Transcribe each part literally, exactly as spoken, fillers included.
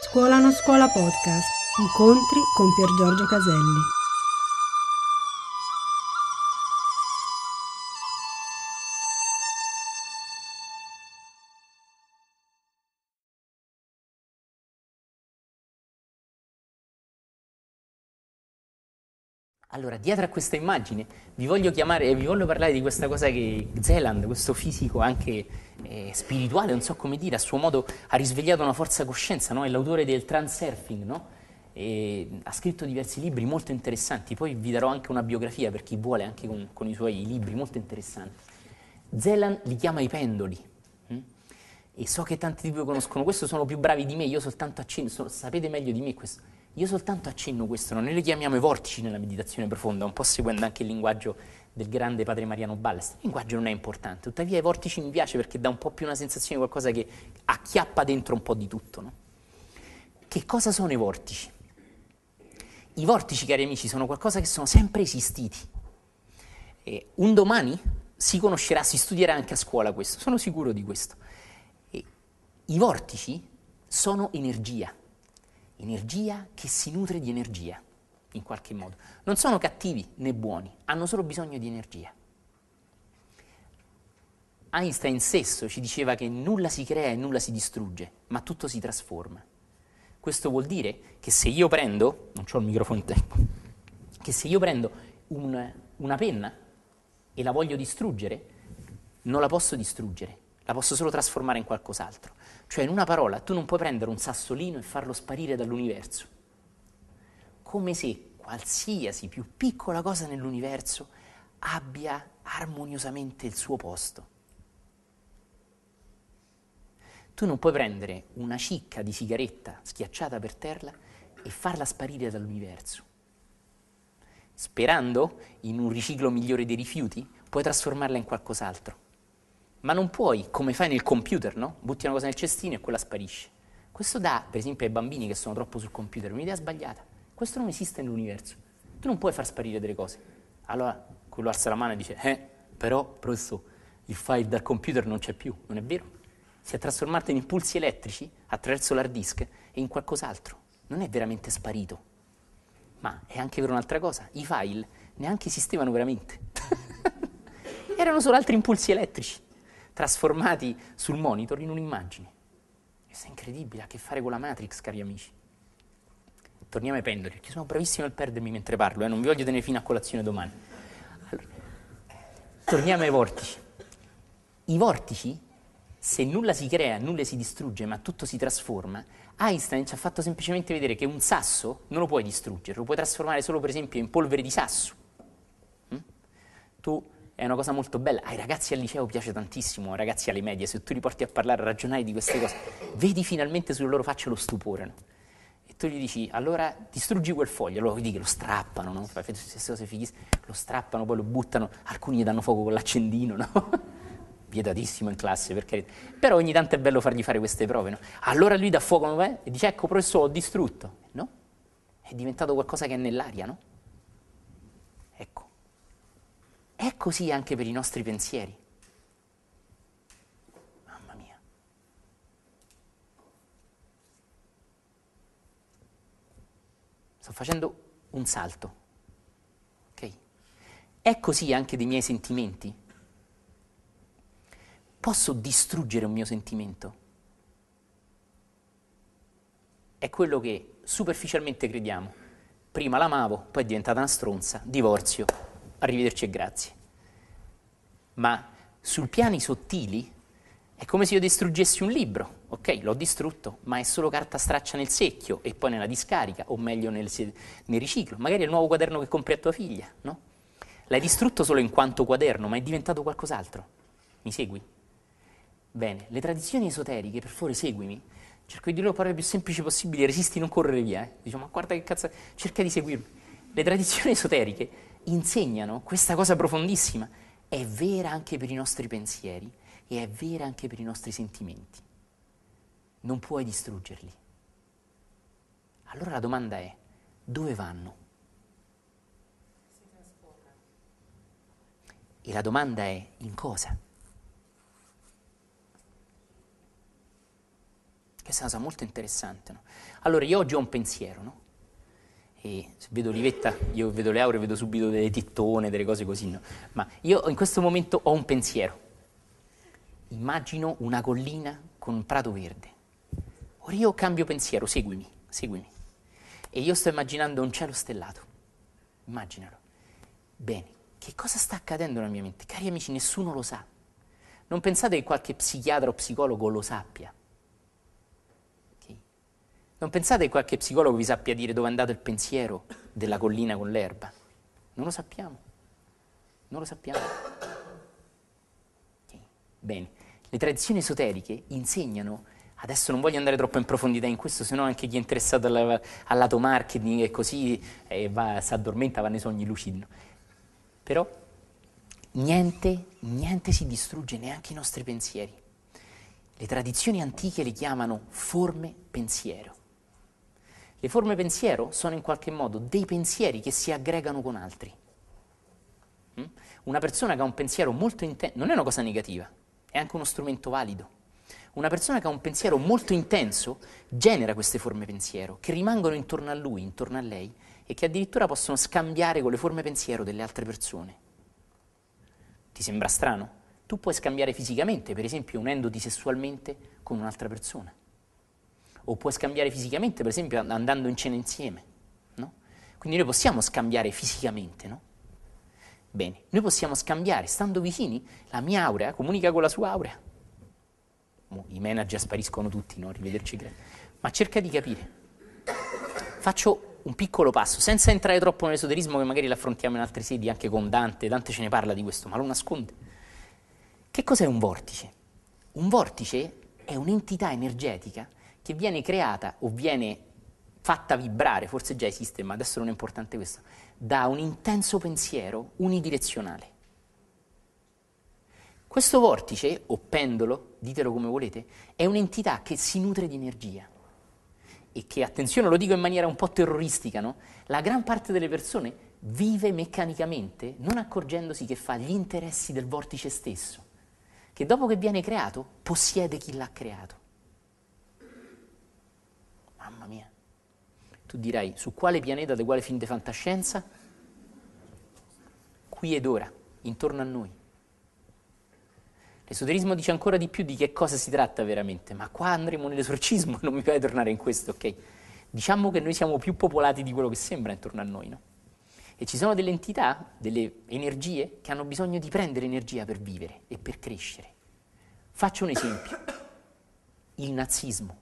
Scuola non scuola podcast. Incontri con Pier Giorgio Caselli. Allora, dietro a questa immagine vi voglio chiamare e vi voglio parlare di questa cosa che Zeland, questo fisico anche eh, spirituale, non so come dire, a suo modo ha risvegliato una forza coscienza, no? È l'autore del transurfing, no? E ha scritto diversi libri molto interessanti, poi vi darò anche una biografia per chi vuole, anche con, con i suoi libri molto interessanti. Zeland li chiama i pendoli. hm? E so che tanti di voi conoscono questo, sono più bravi di me, io soltanto accenno, so- sapete meglio di me questo. Io soltanto accenno questo, no? Noi li chiamiamo i vortici nella meditazione profonda, un po' seguendo anche il linguaggio del grande padre Mariano Ballas. Il linguaggio non è importante, tuttavia i vortici mi piace perché dà un po' più una sensazione di qualcosa che acchiappa dentro un po' di tutto, no? Che cosa sono i vortici? I vortici, cari amici, sono qualcosa che sono sempre esistiti. E un domani si conoscerà, si studierà anche a scuola questo, sono sicuro di questo. E i vortici sono energia, energia che si nutre di energia, in qualche modo. Non sono cattivi né buoni, hanno solo bisogno di energia. Einstein stesso ci diceva che nulla si crea e nulla si distrugge, ma tutto si trasforma. Questo vuol dire che se io prendo, non ho il microfono in tempo, che se io prendo un, una penna e la voglio distruggere, non la posso distruggere, la posso solo trasformare in qualcos'altro. Cioè, in una parola, tu non puoi prendere un sassolino e farlo sparire dall'universo. Come se qualsiasi più piccola cosa nell'universo abbia armoniosamente il suo posto. Tu non puoi prendere una cicca di sigaretta schiacciata per terra e farla sparire dall'universo. Sperando in un riciclo migliore dei rifiuti, puoi trasformarla in qualcos'altro. Ma non puoi, come fai nel computer, no? Butti una cosa nel cestino e quella sparisce. Questo dà, per esempio, ai bambini che sono troppo sul computer, un'idea sbagliata. Questo non esiste nell'universo. Tu non puoi far sparire delle cose. Allora quello alza la mano e dice, eh, però, professore, il file dal computer non c'è più, non è vero? Si è trasformato in impulsi elettrici attraverso l'hard disk e in qualcos'altro. Non è veramente sparito. Ma è anche per un'altra cosa, i file neanche esistevano veramente. Erano solo altri impulsi elettrici, trasformati sul monitor in un'immagine. Questo è incredibile, ha a che fare con la Matrix, cari amici. Torniamo ai pendoli, perché sono bravissimo nel perdermi mentre parlo, eh? Non vi voglio tenere fino a colazione domani. Allora, torniamo ai vortici. I vortici, se nulla si crea, nulla si distrugge, ma tutto si trasforma, Einstein ci ha fatto semplicemente vedere che un sasso non lo puoi distruggere, lo puoi trasformare solo per esempio in polvere di sasso. Mm? Tu, è una cosa molto bella, ai ragazzi al liceo piace tantissimo, ai ragazzi alle medie, se tu li porti a parlare, a ragionare di queste cose, vedi finalmente sulle loro facce lo stupore, no? E tu gli dici, allora distruggi quel foglio, allora vedi che lo strappano, no? Fai tutte queste cose fighissime, lo strappano, poi lo buttano, alcuni gli danno fuoco con l'accendino, no? Vietatissimo in classe, per carità. Però ogni tanto è bello fargli fare queste prove, no? Allora lui dà fuoco eh, e dice, ecco professore, ho distrutto. No? È diventato qualcosa che è nell'aria, no? Ecco. È così anche per i nostri pensieri. Mamma mia. Sto facendo un salto. Ok? È così anche dei miei sentimenti. Posso distruggere un mio sentimento? È quello che superficialmente crediamo. Prima l'amavo, poi è diventata una stronza, divorzio, arrivederci e grazie. Ma sul piani sottili è come se io distruggessi un libro. Ok, l'ho distrutto, ma è solo carta straccia nel secchio e poi nella discarica, o meglio nel, nel riciclo. Magari è il nuovo quaderno che compri a tua figlia, no? L'hai distrutto solo in quanto quaderno, ma è diventato qualcos'altro. Mi segui? Bene, le tradizioni esoteriche, per favore seguimi, cerco di dire le parole più semplici possibili, resisti, non correre via, eh. Diciamo, ma guarda che cazzo, cerca di seguirmi. Le tradizioni esoteriche insegnano questa cosa profondissima, è vera anche per i nostri pensieri e è vera anche per i nostri sentimenti. Non puoi distruggerli. Allora la domanda è, dove vanno? Si trasformano. E la domanda è, in cosa? Questa è una cosa molto interessante, no? Allora, io oggi ho un pensiero, no? E se vedo Olivetta, io vedo le aure, vedo subito delle tittone, delle cose così, no? Ma io in questo momento ho un pensiero. Immagino una collina con un prato verde. Ora io cambio pensiero, seguimi, seguimi. E io sto immaginando un cielo stellato. Immaginalo. Bene, che cosa sta accadendo nella mia mente? Cari amici, nessuno lo sa. Non pensate che qualche psichiatra o psicologo lo sappia. Non pensate che qualche psicologo vi sappia dire dove è andato il pensiero della collina con l'erba? Non lo sappiamo. Non lo sappiamo. Okay. Bene, le tradizioni esoteriche insegnano, adesso non voglio andare troppo in profondità in questo, sennò anche chi è interessato al, al lato marketing e così eh, va, si addormenta, va nei sogni lucidi. Però niente, niente si distrugge, neanche i nostri pensieri. Le tradizioni antiche le chiamano forme pensiero. Le forme pensiero sono in qualche modo dei pensieri che si aggregano con altri. Mm? Una persona che ha un pensiero molto intenso, non è una cosa negativa, è anche uno strumento valido. Una persona che ha un pensiero molto intenso genera queste forme pensiero, che rimangono intorno a lui, intorno a lei, e che addirittura possono scambiare con le forme pensiero delle altre persone. Ti sembra strano? Tu puoi scambiare fisicamente, per esempio unendoti sessualmente con un'altra persona. O puoi scambiare fisicamente, per esempio, andando in cena insieme, no? Quindi noi possiamo scambiare fisicamente, no? Bene, noi possiamo scambiare, stando vicini, la mia aurea comunica con la sua aurea. Mo, i manager spariscono tutti, no? Rivederci credo. Ma cerca di capire. Faccio un piccolo passo, senza entrare troppo nell'esoterismo, che magari l'affrontiamo in altre sedi, anche con Dante. Dante ce ne parla di questo, ma lo nasconde. Che cos'è un vortice? Un vortice è un'entità energetica che viene creata o viene fatta vibrare, forse già esiste, ma adesso non è importante questo, da un intenso pensiero unidirezionale. Questo vortice, o pendolo, ditelo come volete, è un'entità che si nutre di energia e che, attenzione, lo dico in maniera un po' terroristica, no? La gran parte delle persone vive meccanicamente, non accorgendosi che fa gli interessi del vortice stesso, che dopo che viene creato possiede chi l'ha creato. Mamma mia, tu dirai, su quale pianeta, di quale film di fantascienza? Qui ed ora, intorno a noi. L'esoterismo dice ancora di più di che cosa si tratta veramente, ma qua andremo nell'esorcismo, non mi fai tornare in questo, ok? Diciamo che noi siamo più popolati di quello che sembra intorno a noi, no? E ci sono delle entità, delle energie, che hanno bisogno di prendere energia per vivere e per crescere. Faccio un esempio. Il nazismo.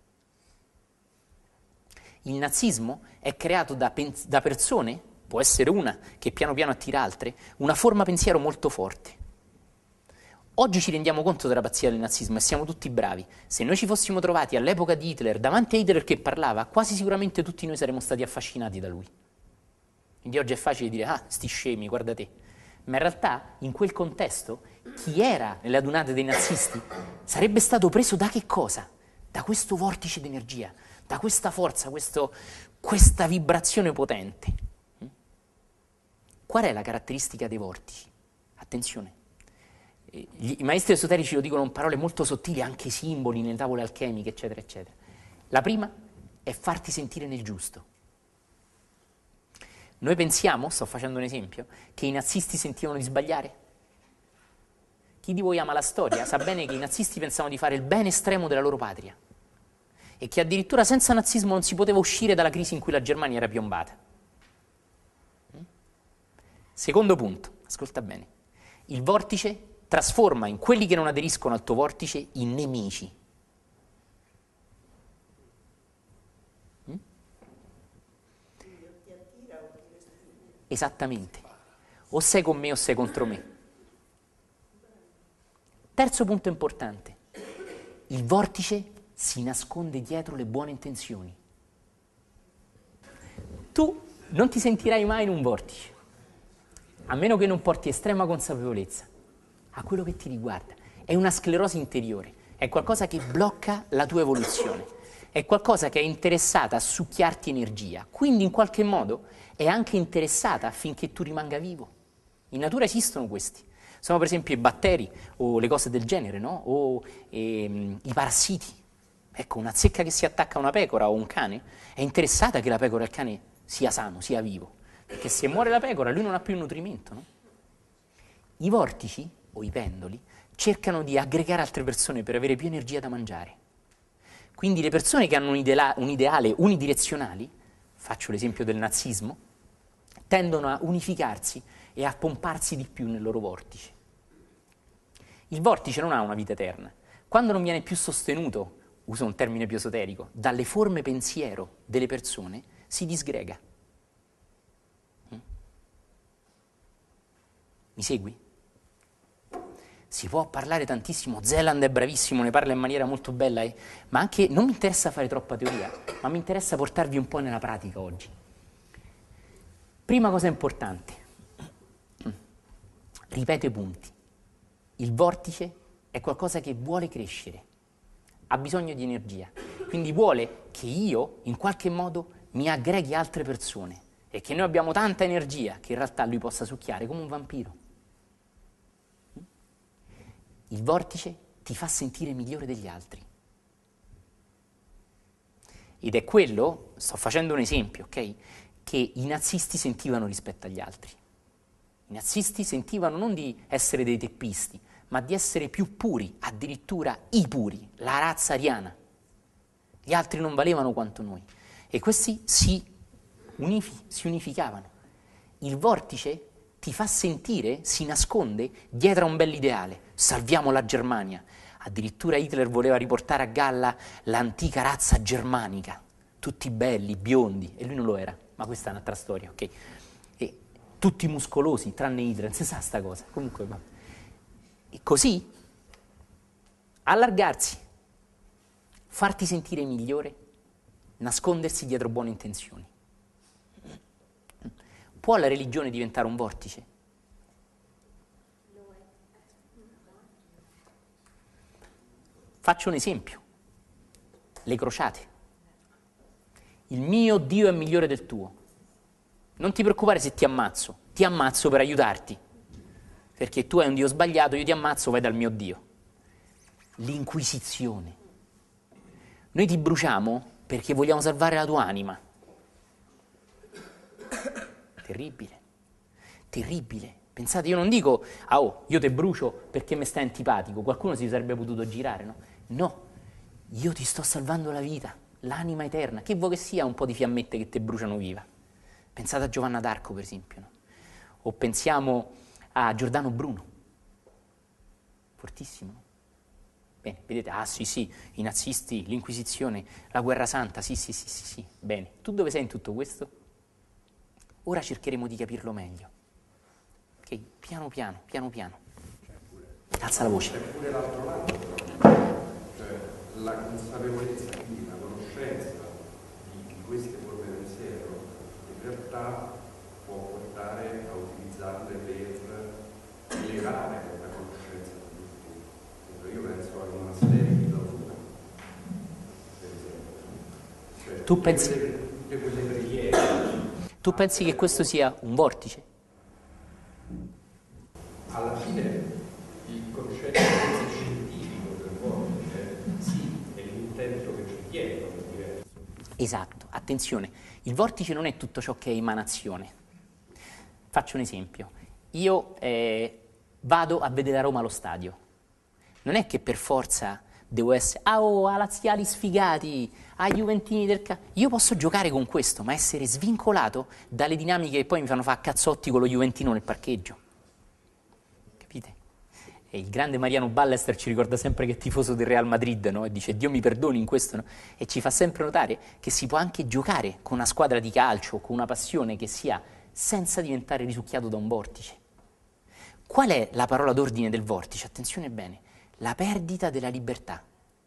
Il nazismo è creato da, pens- da persone, può essere una che piano piano attira altre, una forma pensiero molto forte. Oggi ci rendiamo conto della pazzia del nazismo e siamo tutti bravi. Se noi ci fossimo trovati all'epoca di Hitler, davanti a Hitler che parlava, quasi sicuramente tutti noi saremmo stati affascinati da lui. Quindi oggi è facile dire, ah, sti scemi, guarda te. Ma in realtà, in quel contesto, chi era nelle adunate dei nazisti sarebbe stato preso da che cosa? Da questo vortice d'energia, da questa forza, questo, questa vibrazione potente. Qual è la caratteristica dei vortici? Attenzione. I maestri esoterici lo dicono in parole molto sottili, anche simboli nelle tavole alchemiche, eccetera, eccetera. La prima è farti sentire nel giusto. Noi pensiamo, sto facendo un esempio, che i nazisti sentivano di sbagliare? Chi di voi ama la storia sa bene che i nazisti pensavano di fare il bene estremo della loro patria e che addirittura senza nazismo non si poteva uscire dalla crisi in cui la Germania era piombata. Secondo punto, ascolta bene, il vortice trasforma in quelli che non aderiscono al tuo vortice i nemici. Mm? Esattamente. O sei con me o sei contro me. Terzo punto importante. Il vortice si nasconde dietro le buone intenzioni. Tu non ti sentirai mai in un vortice, a meno che non porti estrema consapevolezza a quello che ti riguarda. È una sclerosi interiore, è qualcosa che blocca la tua evoluzione, è qualcosa che è interessata a succhiarti energia, quindi in qualche modo è anche interessata affinché tu rimanga vivo. In natura esistono questi, sono per esempio i batteri o le cose del genere, no? O ehm, i parassiti. Ecco, una zecca che si attacca a una pecora o un cane è interessata che la pecora e il cane sia sano, sia vivo, perché se muore la pecora lui non ha più il nutrimento, no? I vortici o i pendoli cercano di aggregare altre persone per avere più energia da mangiare. Quindi le persone che hanno un, idea- un ideale unidirezionali, faccio l'esempio del nazismo, tendono a unificarsi e a pomparsi di più nel loro vortice. Il vortice non ha una vita eterna. Quando non viene più sostenuto, uso un termine più esoterico, dalle forme pensiero delle persone, si disgrega. Mm? Mi segui? Si può parlare tantissimo, Zeland è bravissimo, ne parla in maniera molto bella, eh? Ma anche non mi interessa fare troppa teoria, ma mi interessa portarvi un po' nella pratica oggi. Prima cosa importante, ripeto i punti. Il vortice è qualcosa che vuole crescere, ha bisogno di energia, quindi vuole che io in qualche modo mi aggreghi altre persone e che noi abbiamo tanta energia che in realtà lui possa succhiare come un vampiro. Il vortice ti fa sentire migliore degli altri. Ed è quello, sto facendo un esempio, ok? Che i nazisti sentivano rispetto agli altri. I nazisti sentivano non di essere dei teppisti, ma di essere più puri, addirittura i puri, la razza ariana. Gli altri non valevano quanto noi. E questi si, unifi- si unificavano. Il vortice ti fa sentire, si nasconde dietro a un bell'ideale. Salviamo la Germania. Addirittura Hitler voleva riportare a galla l'antica razza germanica. Tutti belli, biondi, e lui non lo era. Ma questa è un'altra storia, ok? E tutti muscolosi, tranne Hitler, non si sa sta cosa. Comunque, vabbè. E così, allargarsi, farti sentire migliore, nascondersi dietro buone intenzioni. Può la religione diventare un vortice? Faccio un esempio. Le crociate. Il mio Dio è migliore del tuo. Non ti preoccupare se ti ammazzo, ti ammazzo per aiutarti. Perché tu hai un Dio sbagliato, io ti ammazzo, vai dal mio Dio. L'inquisizione. Noi ti bruciamo perché vogliamo salvare la tua anima. Terribile, terribile. Pensate, io non dico, ah oh, io ti brucio perché mi stai antipatico, qualcuno si sarebbe potuto girare, no? No, io ti sto salvando la vita, l'anima eterna, che vuoi che sia un po' di fiammette che ti bruciano viva. Pensate a Giovanna d'Arco, per esempio, no? O pensiamo a Giordano Bruno, fortissimo, no? Bene, vedete, ah sì sì, i nazisti, l'Inquisizione, la Guerra Santa, sì sì sì sì sì, bene. Tu dove sei in tutto questo? Ora cercheremo di capirlo meglio. Ok? Piano piano, piano piano. Alza la voce. C'è pure l'altro lato, cioè la consapevolezza, quindi la conoscenza di, di queste forme pensiero, in realtà può portare a utilizzarle per elevare la conoscenza di tutti. Io penso a una serie di filosofia, per esempio. Cioè, Tu pensi... Quelle, tutte quelle preghiere. Tu pensi che questo sia un vortice? Alla fine il concetto scientifico del vortice, sì, è l'intento che c'è dietro, è diverso. Esatto, attenzione, il vortice non è tutto ciò che è emanazione. Faccio un esempio. Io eh, vado a vedere a Roma allo stadio. Non è che per forza devo essere, ah oh, a laziali sfigati, a Juventini del ca... Io posso giocare con questo, ma essere svincolato dalle dinamiche che poi mi fanno fare cazzotti con lo Juventino nel parcheggio. Capite? E il grande Mariano Ballester ci ricorda sempre che è tifoso del Real Madrid, no? E dice Dio mi perdoni in questo, no? E ci fa sempre notare che si può anche giocare con una squadra di calcio, con una passione che sia senza diventare risucchiato da un vortice. Qual è la parola d'ordine del vortice? Attenzione bene. La perdita della libertà.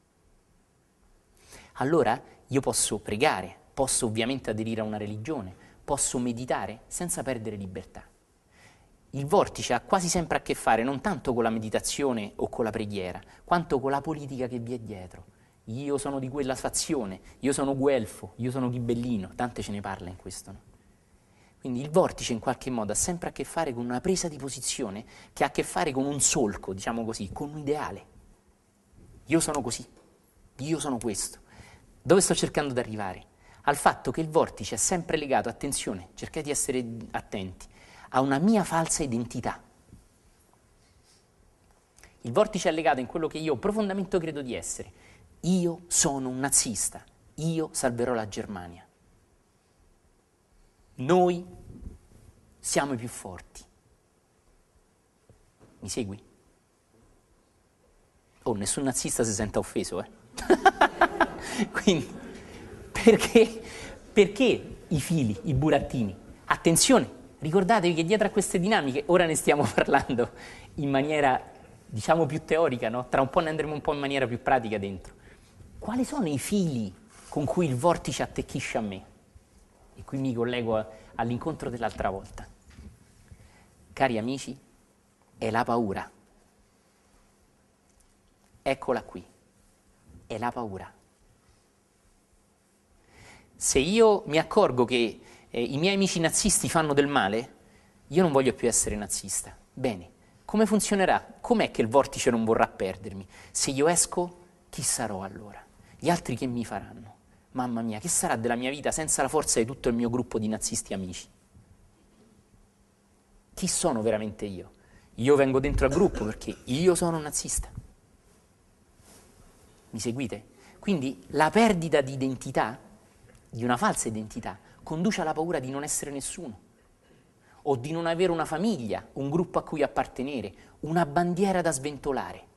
Allora io posso pregare, posso ovviamente aderire a una religione, posso meditare senza perdere libertà. Il vortice ha quasi sempre a che fare non tanto con la meditazione o con la preghiera, quanto con la politica che vi è dietro. Io sono di quella fazione, io sono guelfo, io sono ghibellino, tante ce ne parla in questo, no? Quindi il vortice in qualche modo ha sempre a che fare con una presa di posizione che ha a che fare con un solco, diciamo così, con un ideale. Io sono così. Io sono questo. Dove sto cercando di arrivare? Al fatto che il vortice è sempre legato, attenzione, cercate di essere attenti, a una mia falsa identità. Il vortice è legato in quello che io profondamente credo di essere. Io sono un nazista, io salverò la Germania. Noi siamo i più forti. Mi segui? Oh, nessun nazista si senta offeso, eh? Quindi, perché, perché i fili, i burattini? Attenzione, ricordatevi che dietro a queste dinamiche, ora ne stiamo parlando in maniera, diciamo, più teorica, no? Tra un po' ne andremo un po' in maniera più pratica dentro. Quali sono i fili con cui il vortice attecchisce a me? E qui mi collego a, all'incontro dell'altra volta. Cari amici, è la paura. Eccola qui, è la paura. Se io mi accorgo che eh, i miei amici nazisti fanno del male, io non voglio più essere nazista. Bene, come funzionerà? Com'è che il vortice non vorrà perdermi? Se io esco, chi sarò allora? Gli altri che mi faranno? Mamma mia, che sarà della mia vita senza la forza di tutto il mio gruppo di nazisti amici? Chi sono veramente io? Io vengo dentro al gruppo perché io sono un nazista. Mi seguite? Quindi la perdita di identità, di una falsa identità, conduce alla paura di non essere nessuno, o di non avere una famiglia, un gruppo a cui appartenere, una bandiera da sventolare.